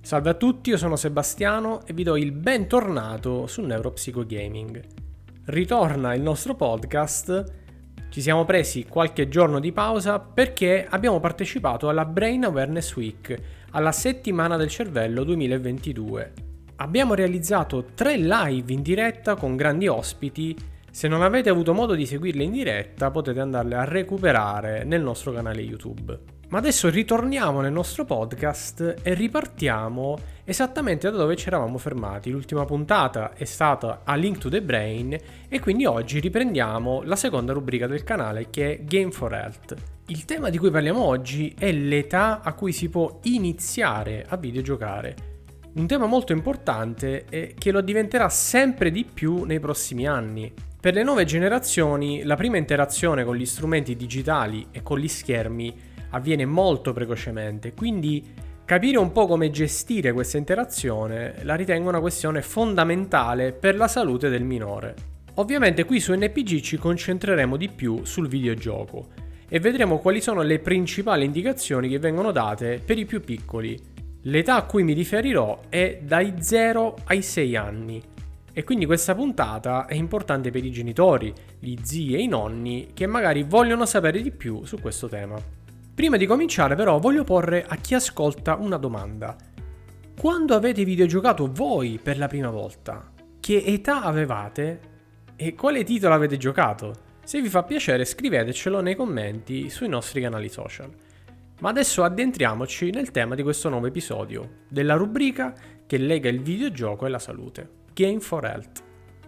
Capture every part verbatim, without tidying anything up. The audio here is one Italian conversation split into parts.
Salve a tutti, io sono Sebastiano e vi do il bentornato su Neuropsicogaming. Ritorna il nostro podcast, ci siamo presi qualche giorno di pausa perché abbiamo partecipato alla Brain Awareness Week, alla settimana del cervello duemilaventidue. Abbiamo realizzato tre live in diretta con grandi ospiti. Se non avete avuto modo di seguirle in diretta potete andarle a recuperare nel nostro canale YouTube. Ma adesso ritorniamo nel nostro podcast e ripartiamo esattamente da dove ci eravamo fermati. L'ultima puntata è stata A Link to the Brain e quindi oggi riprendiamo la seconda rubrica del canale, che è Game for Health. Il tema di cui parliamo oggi è l'età a cui si può iniziare a videgiocare. Un tema molto importante e che lo diventerà sempre di più nei prossimi anni. Per le nuove generazioni la prima interazione con gli strumenti digitali e con gli schermi avviene molto precocemente, quindi capire un po' come gestire questa interazione la ritengo una questione fondamentale per la salute del minore. Ovviamente qui su N P G ci concentreremo di più sul videogioco e vedremo quali sono le principali indicazioni che vengono date per i più piccoli. L'età a cui mi riferirò è dai zero ai sei anni e quindi questa puntata è importante per i genitori, gli zii e i nonni che magari vogliono sapere di più su questo tema. Prima di cominciare però voglio porre a chi ascolta una domanda. Quando avete videogiocato voi per la prima volta? Che età avevate? E quale titolo avete giocato? Se vi fa piacere scrivetecelo nei commenti sui nostri canali social. Ma adesso addentriamoci nel tema di questo nuovo episodio, della rubrica che lega il videogioco e la salute. Game for Health.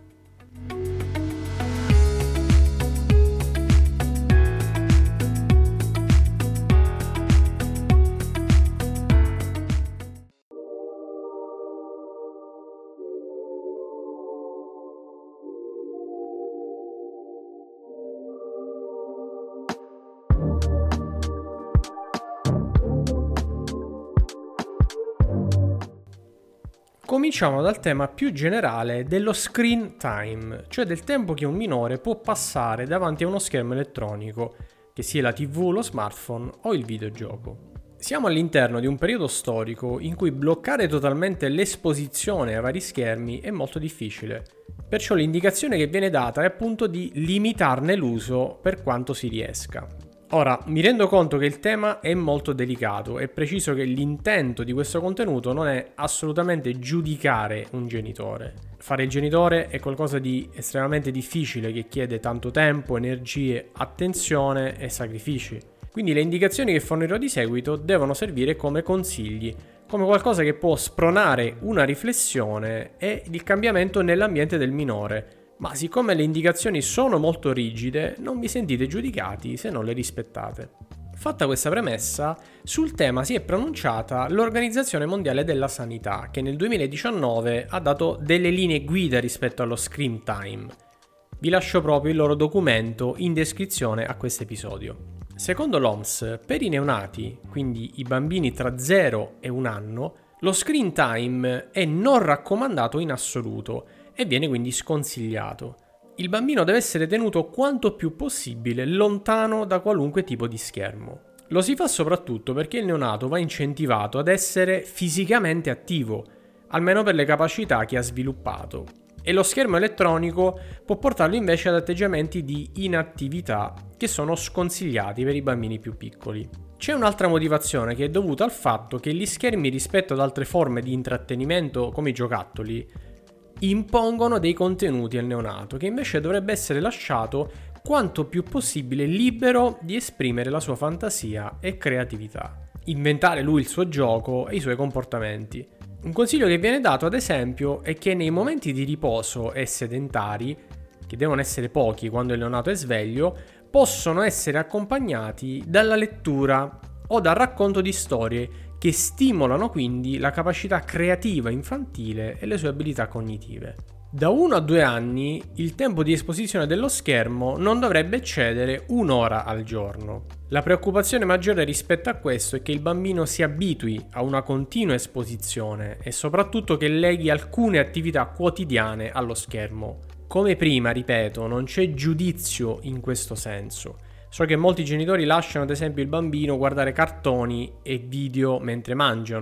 Cominciamo dal tema più generale dello screen time, cioè del tempo che un minore può passare davanti a uno schermo elettronico, che sia la tivù, lo smartphone o il videogioco. Siamo all'interno di un periodo storico in cui bloccare totalmente l'esposizione ai vari schermi è molto difficile, perciò l'indicazione che viene data è appunto di limitarne l'uso per quanto si riesca. Ora, mi rendo conto che il tema è molto delicato e preciso che l'intento di questo contenuto non è assolutamente giudicare un genitore. Fare il genitore è qualcosa di estremamente difficile che chiede tanto tempo, energie, attenzione e sacrifici. Quindi le indicazioni che fornirò di seguito devono servire come consigli, come qualcosa che può spronare una riflessione e il cambiamento nell'ambiente del minore. Ma siccome le indicazioni sono molto rigide, non vi sentite giudicati se non le rispettate. Fatta questa premessa, sul tema si è pronunciata l'Organizzazione Mondiale della Sanità, che nel duemiladiciannove ha dato delle linee guida rispetto allo screen time. Vi lascio proprio il loro documento in descrizione a questo episodio. Secondo l'O M S, per i neonati, quindi i bambini tra zero e un anno, lo screen time è non raccomandato in assoluto e viene quindi sconsigliato. Il bambino deve essere tenuto quanto più possibile lontano da qualunque tipo di schermo. Lo si fa soprattutto perché il neonato va incentivato ad essere fisicamente attivo, almeno per le capacità che ha sviluppato, e lo schermo elettronico può portarlo invece ad atteggiamenti di inattività che sono sconsigliati per i bambini più piccoli. C'è un'altra motivazione che è dovuta al fatto che gli schermi rispetto ad altre forme di intrattenimento come i giocattoli impongono dei contenuti al neonato che invece dovrebbe essere lasciato quanto più possibile libero di esprimere la sua fantasia e creatività, inventare lui il suo gioco e i suoi comportamenti. Un consiglio che viene dato ad esempio è che nei momenti di riposo e sedentari, che devono essere pochi quando il neonato è sveglio, possono essere accompagnati dalla lettura o dal racconto di storie che stimolano quindi la capacità creativa infantile e le sue abilità cognitive. Da uno a due anni il tempo di esposizione dello schermo non dovrebbe eccedere un'ora al giorno. La preoccupazione maggiore rispetto a questo è che il bambino si abitui a una continua esposizione e soprattutto che leghi alcune attività quotidiane allo schermo. Come prima, ripeto, non c'è giudizio in questo senso. So che molti genitori lasciano ad esempio il bambino guardare cartoni e video mentre mangiano,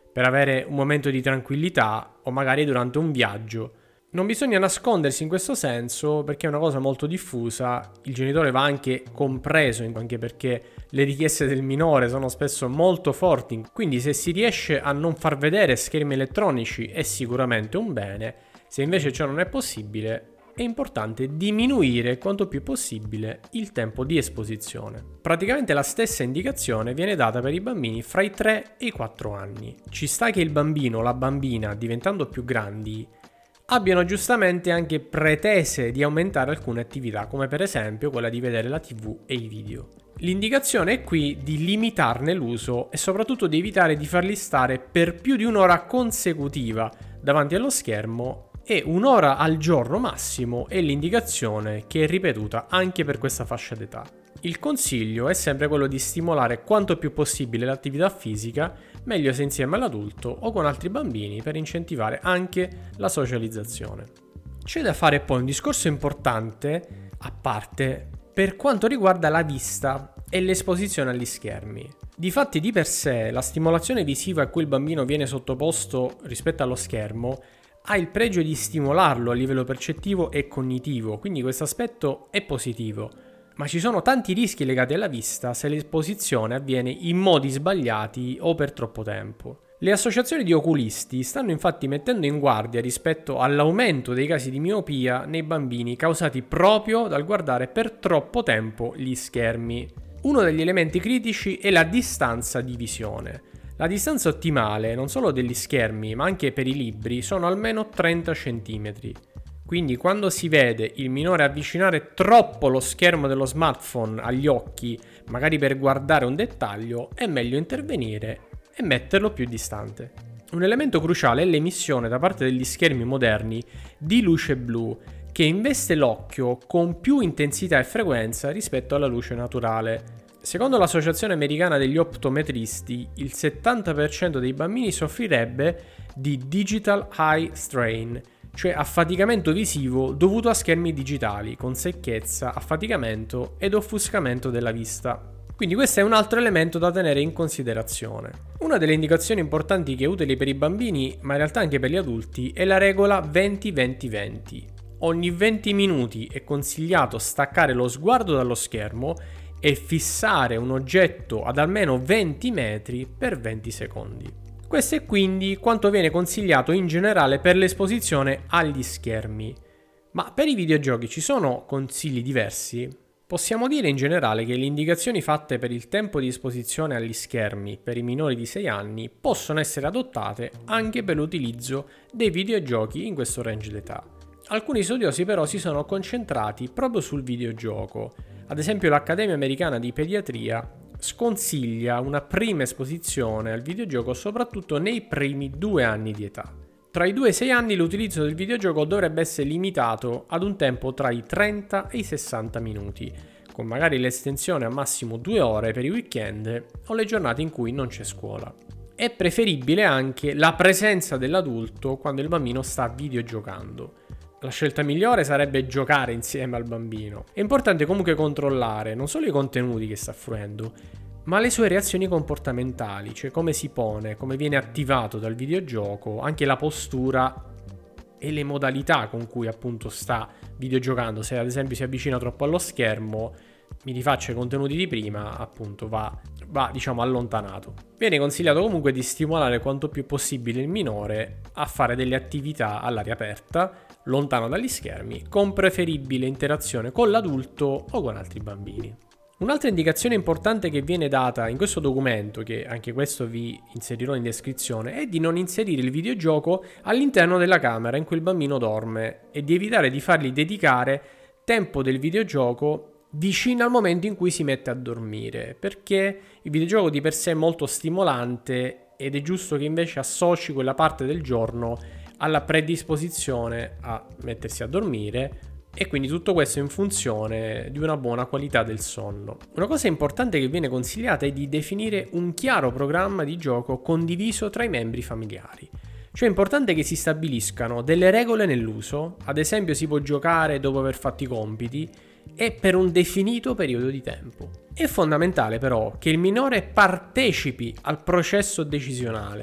per avere un momento di tranquillità o magari durante un viaggio. Non bisogna nascondersi in questo senso perché è una cosa molto diffusa, il genitore va anche compreso, anche perché le richieste del minore sono spesso molto forti, quindi se si riesce a non far vedere schermi elettronici è sicuramente un bene, se invece ciò non è possibile è importante diminuire quanto più possibile il tempo di esposizione. Praticamente la stessa indicazione viene data per i bambini fra i tre e i quattro anni. Ci sta che il bambino o la bambina, diventando più grandi, abbiano giustamente anche pretese di aumentare alcune attività, come per esempio quella di vedere la tivù e i video. L'indicazione è qui di limitarne l'uso e soprattutto di evitare di farli stare per più di un'ora consecutiva davanti allo schermo, e un'ora al giorno massimo è l'indicazione che è ripetuta anche per questa fascia d'età. Il consiglio è sempre quello di stimolare quanto più possibile l'attività fisica, meglio se insieme all'adulto o con altri bambini per incentivare anche la socializzazione. C'è da fare poi un discorso importante, a parte, per quanto riguarda la vista e l'esposizione agli schermi. Difatti di per sé la stimolazione visiva a cui il bambino viene sottoposto rispetto allo schermo ha il pregio di stimolarlo a livello percettivo e cognitivo, quindi questo aspetto è positivo. Ma ci sono tanti rischi legati alla vista se l'esposizione avviene in modi sbagliati o per troppo tempo. Le associazioni di oculisti stanno infatti mettendo in guardia rispetto all'aumento dei casi di miopia nei bambini causati proprio dal guardare per troppo tempo gli schermi. Uno degli elementi critici è la distanza di visione. La distanza ottimale, non solo degli schermi, ma anche per i libri, sono almeno trenta centimetri. Quindi quando si vede il minore avvicinare troppo lo schermo dello smartphone agli occhi, magari per guardare un dettaglio, è meglio intervenire e metterlo più distante. Un elemento cruciale è l'emissione da parte degli schermi moderni di luce blu, che investe l'occhio con più intensità e frequenza rispetto alla luce naturale. Secondo l'Associazione Americana degli Optometristi, il settanta per cento dei bambini soffrirebbe di digital eye strain, cioè affaticamento visivo dovuto a schermi digitali, con secchezza, affaticamento ed offuscamento della vista. Quindi questo è un altro elemento da tenere in considerazione. Una delle indicazioni importanti che è utile per i bambini, ma in realtà anche per gli adulti, è la regola venti venti venti. Ogni venti minuti è consigliato staccare lo sguardo dallo schermo e fissare un oggetto ad almeno venti metri per venti secondi. Questo è quindi quanto viene consigliato in generale per l'esposizione agli schermi. Ma per i videogiochi ci sono consigli diversi? Possiamo dire in generale che le indicazioni fatte per il tempo di esposizione agli schermi per i minori di sei anni possono essere adottate anche per l'utilizzo dei videogiochi in questo range d'età. Alcuni studiosi però si sono concentrati proprio sul videogioco. Ad esempio l'Accademia Americana di Pediatria sconsiglia una prima esposizione al videogioco soprattutto nei primi due anni di età. Tra i due e i sei anni l'utilizzo del videogioco dovrebbe essere limitato ad un tempo tra i trenta e i sessanta minuti, con magari l'estensione a massimo due ore per i weekend o le giornate in cui non c'è scuola. È preferibile anche la presenza dell'adulto quando il bambino sta videogiocando. La scelta migliore sarebbe giocare insieme al bambino. È importante comunque controllare non solo i contenuti che sta fruendo, ma le sue reazioni comportamentali, cioè come si pone, come viene attivato dal videogioco, anche la postura e le modalità con cui appunto sta videogiocando. Se ad esempio si avvicina troppo allo schermo, mi rifaccio i contenuti di prima, appunto va, va diciamo allontanato. Viene consigliato comunque di stimolare quanto più possibile il minore a fare delle attività all'aria aperta, lontano dagli schermi, con preferibile interazione con l'adulto o con altri bambini. Un'altra indicazione importante che viene data in questo documento, che anche questo vi inserirò in descrizione, è di non inserire il videogioco all'interno della camera in cui il bambino dorme e di evitare di fargli dedicare tempo del videogioco vicino al momento in cui si mette a dormire, perché il videogioco di per sé è molto stimolante ed è giusto che invece associ quella parte del giorno alla predisposizione a mettersi a dormire, e quindi tutto questo in funzione di una buona qualità del sonno. Una cosa importante che viene consigliata è di definire un chiaro programma di gioco condiviso tra i membri familiari. Cioè è importante che si stabiliscano delle regole nell'uso, ad esempio si può giocare dopo aver fatto i compiti e per un definito periodo di tempo. È fondamentale però che il minore partecipi al processo decisionale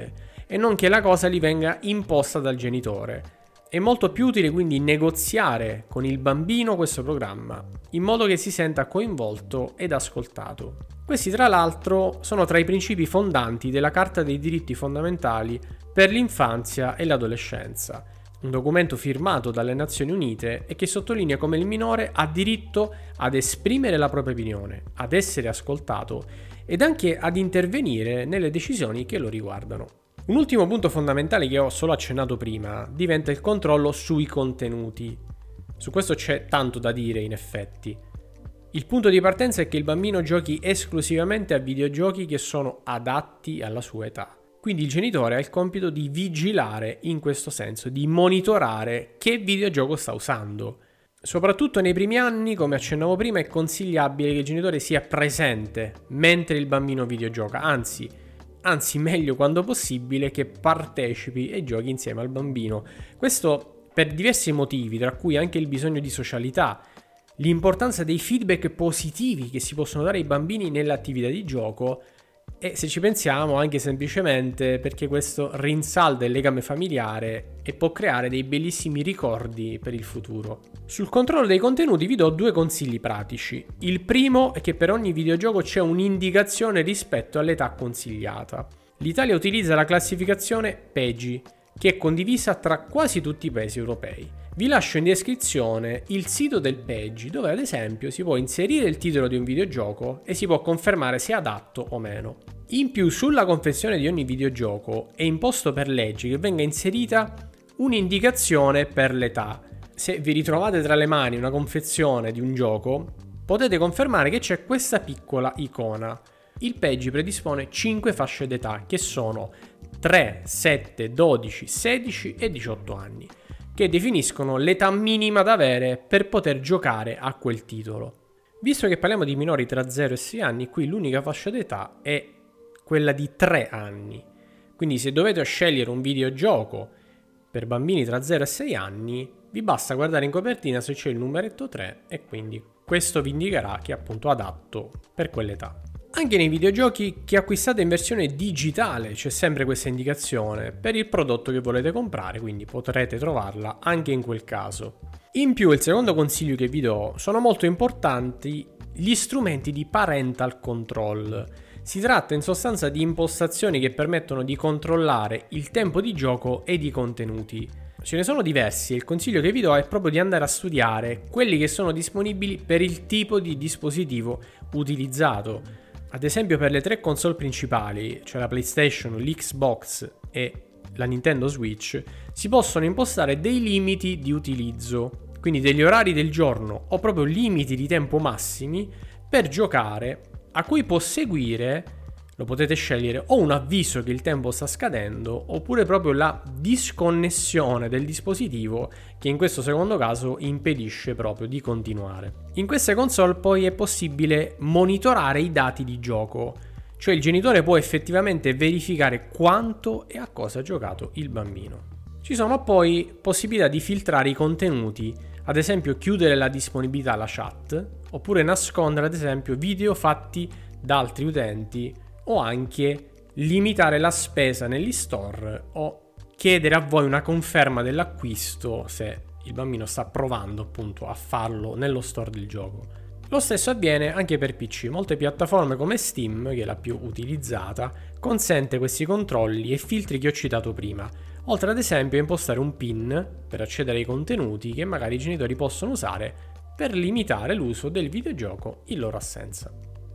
e non che la cosa gli venga imposta dal genitore. È molto più utile quindi negoziare con il bambino questo programma, in modo che si senta coinvolto ed ascoltato. Questi tra l'altro sono tra i principi fondanti della Carta dei diritti fondamentali per l'infanzia e l'adolescenza, un documento firmato dalle Nazioni Unite e che sottolinea come il minore ha diritto ad esprimere la propria opinione, ad essere ascoltato ed anche ad intervenire nelle decisioni che lo riguardano. Un ultimo punto fondamentale che ho solo accennato prima diventa il controllo sui contenuti. Su questo c'è tanto da dire in effetti. Il punto di partenza è che il bambino giochi esclusivamente a videogiochi che sono adatti alla sua età. Quindi il genitore ha il compito di vigilare in questo senso, di monitorare che videogioco sta usando. Soprattutto nei primi anni, come accennavo prima, è consigliabile che il genitore sia presente mentre il bambino videogioca, anzi, anzi meglio quando possibile che partecipi e giochi insieme al bambino. Questo per diversi motivi, tra cui anche il bisogno di socialità, l'importanza dei feedback positivi che si possono dare ai bambini nell'attività di gioco e, se ci pensiamo, anche semplicemente perché questo rinsalda il legame familiare e può creare dei bellissimi ricordi per il futuro. Sul controllo dei contenuti vi do due consigli pratici. Il primo è che per ogni videogioco c'è un'indicazione rispetto all'età consigliata. L'Italia utilizza la classificazione PEGI, che è condivisa tra quasi tutti i paesi europei. Vi lascio in descrizione il sito del PEGI, dove ad esempio si può inserire il titolo di un videogioco e si può confermare se è adatto o meno. In più, sulla confezione di ogni videogioco è imposto per legge che venga inserita un'indicazione per l'età. Se vi ritrovate tra le mani una confezione di un gioco, potete confermare che c'è questa piccola icona. Il PEGI predispone cinque fasce d'età, che sono tre, sette, dodici, sedici e diciotto anni, che definiscono l'età minima da avere per poter giocare a quel titolo. Visto che parliamo di minori tra zero e sei anni, qui l'unica fascia d'età è quella di tre anni. Quindi se dovete scegliere un videogioco per bambini tra zero e sei anni, vi basta guardare in copertina se c'è il numeretto tre e quindi questo vi indicherà che è appunto adatto per quell'età. Anche nei videogiochi che acquistate in versione digitale c'è sempre questa indicazione per il prodotto che volete comprare, quindi potrete trovarla anche in quel caso. In più, il secondo consiglio che vi do: sono molto importanti gli strumenti di parental control. Si tratta in sostanza di impostazioni che permettono di controllare il tempo di gioco e i contenuti. Ce ne sono diversi e il consiglio che vi do è proprio di andare a studiare quelli che sono disponibili per il tipo di dispositivo utilizzato. Ad esempio, per le tre console principali, cioè la PlayStation, l'Xbox e la Nintendo Switch, si possono impostare dei limiti di utilizzo, quindi degli orari del giorno o proprio limiti di tempo massimi per giocare, a cui può seguire, lo potete scegliere, o un avviso che il tempo sta scadendo, oppure proprio la disconnessione del dispositivo, che in questo secondo caso impedisce proprio di continuare. In queste console poi è possibile monitorare i dati di gioco, cioè il genitore può effettivamente verificare quanto e a cosa ha giocato il bambino. Ci sono poi possibilità di filtrare i contenuti, ad esempio chiudere la disponibilità alla chat, oppure nascondere ad esempio video fatti da altri utenti, o anche limitare la spesa negli store o chiedere a voi una conferma dell'acquisto se il bambino sta provando appunto a farlo nello store del gioco. Lo stesso avviene anche per P C. Molte piattaforme come Steam, che è la più utilizzata, consente questi controlli e filtri che ho citato prima, oltre ad esempio a impostare un PIN per accedere ai contenuti che magari i genitori possono usare per limitare l'uso del videogioco in loro assenza.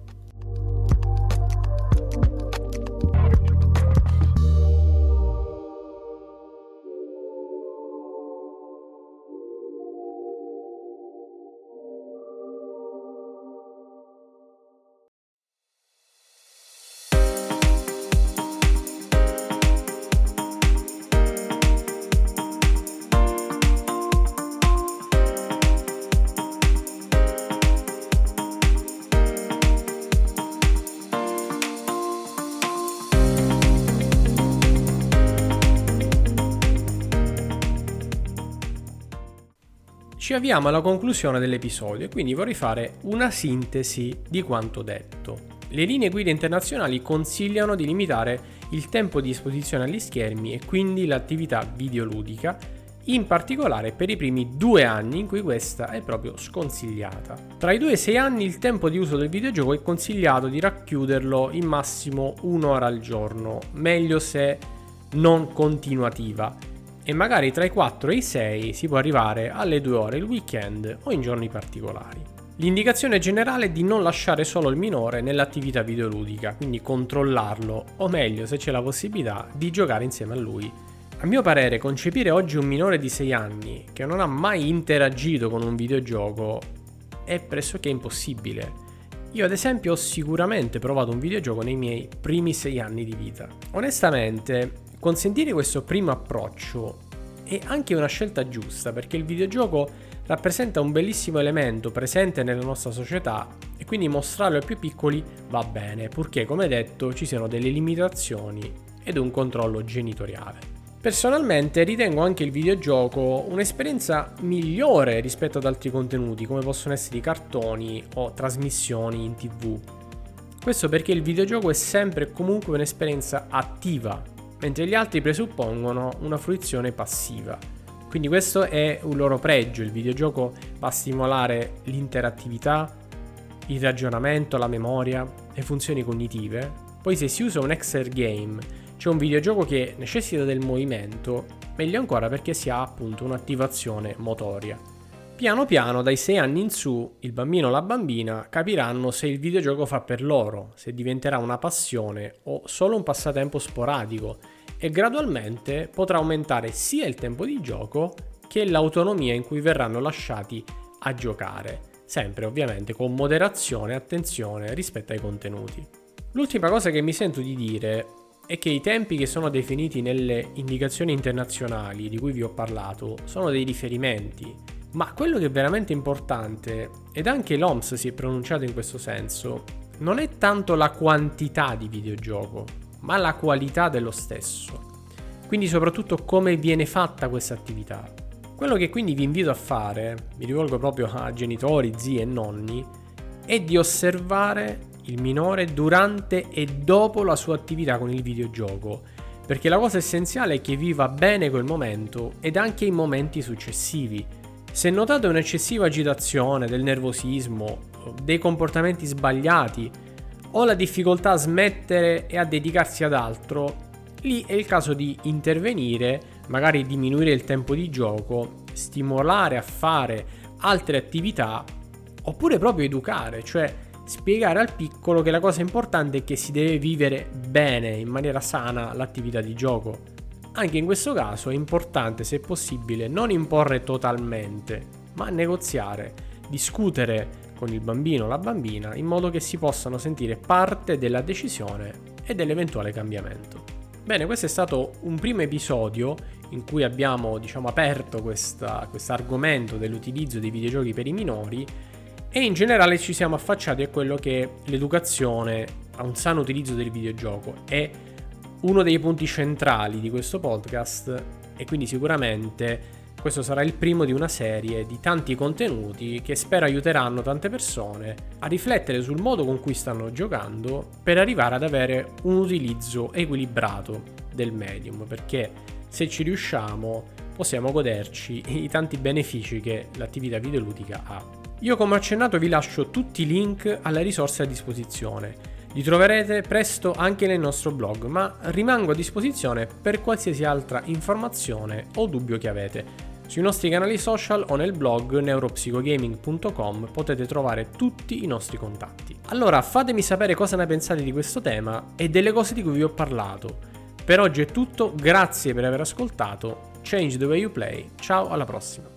Ci avviamo alla conclusione dell'episodio e quindi vorrei fare una sintesi di quanto detto. Le linee guida internazionali consigliano di limitare il tempo di esposizione agli schermi e quindi l'attività videoludica, in particolare per i primi due anni in cui questa è proprio sconsigliata. Tra i due e i sei anni il tempo di uso del videogioco è consigliato di racchiuderlo in massimo un'ora al giorno, meglio se non continuativa, e magari tra i quattro e i sei si può arrivare alle due ore il weekend o in giorni particolari. L'indicazione generale è di non lasciare solo il minore nell'attività videoludica, quindi controllarlo, o meglio, se c'è la possibilità, di giocare insieme a lui. A mio parere, concepire oggi un minore di sei anni che non ha mai interagito con un videogioco è pressoché impossibile. Io ad esempio ho sicuramente provato un videogioco nei miei primi sei anni di vita. Onestamente, consentire questo primo approccio è anche una scelta giusta, perché il videogioco rappresenta un bellissimo elemento presente nella nostra società e quindi mostrarlo ai più piccoli va bene, purché, come detto, ci siano delle limitazioni ed un controllo genitoriale. Personalmente ritengo anche il videogioco un'esperienza migliore rispetto ad altri contenuti come possono essere i cartoni o trasmissioni in tivù. Questo perché il videogioco è sempre e comunque un'esperienza attiva, mentre gli altri presuppongono una fruizione passiva. Quindi questo è un loro pregio: il videogioco va a stimolare l'interattività, il ragionamento, la memoria, le funzioni cognitive. Poi se si usa un exergame, cioè un videogioco che necessita del movimento, meglio ancora perché si ha appunto un'attivazione motoria. Piano piano, dai sei anni in su, il bambino o la bambina capiranno se il videogioco fa per loro, se diventerà una passione o solo un passatempo sporadico, e gradualmente potrà aumentare sia il tempo di gioco che l'autonomia in cui verranno lasciati a giocare, sempre ovviamente con moderazione e attenzione rispetto ai contenuti. L'ultima cosa che mi sento di dire è che i tempi che sono definiti nelle indicazioni internazionali di cui vi ho parlato sono dei riferimenti, ma quello che è veramente importante, ed anche l'O M S si è pronunciato in questo senso, non è tanto la quantità di videogioco, ma la qualità dello stesso. Quindi soprattutto come viene fatta questa attività. Quello che quindi vi invito a fare, mi rivolgo proprio a genitori, zii e nonni, è di osservare il minore durante e dopo la sua attività con il videogioco, perché la cosa essenziale è che viva bene quel momento ed anche i momenti successivi. Se notate un'eccessiva agitazione, del nervosismo, dei comportamenti sbagliati o la difficoltà a smettere e a dedicarsi ad altro, lì è il caso di intervenire, magari diminuire il tempo di gioco, stimolare a fare altre attività, oppure proprio educare, cioè spiegare al piccolo che la cosa importante è che si deve vivere bene, in maniera sana, l'attività di gioco. Anche in questo caso è importante, se possibile, non imporre totalmente, ma negoziare, discutere con il bambino o la bambina in modo che si possano sentire parte della decisione e dell'eventuale cambiamento. Bene, questo è stato un primo episodio in cui abbiamo, diciamo, aperto questo argomento dell'utilizzo dei videogiochi per i minori e in generale ci siamo affacciati a quello che è l'educazione a un sano utilizzo del videogioco. È uno dei punti centrali di questo podcast e quindi sicuramente questo sarà il primo di una serie di tanti contenuti che spero aiuteranno tante persone a riflettere sul modo con cui stanno giocando per arrivare ad avere un utilizzo equilibrato del medium, perché se ci riusciamo possiamo goderci i tanti benefici che l'attività videoludica ha. Io, come accennato, vi lascio tutti i link alle risorse a disposizione. Li troverete presto anche nel nostro blog, ma rimango a disposizione per qualsiasi altra informazione o dubbio che avete. Sui nostri canali social o nel blog neuropsicogaming punto com potete trovare tutti i nostri contatti. Allora fatemi sapere cosa ne pensate di questo tema e delle cose di cui vi ho parlato. Per oggi è tutto, grazie per aver ascoltato, change the way you play, ciao, alla prossima.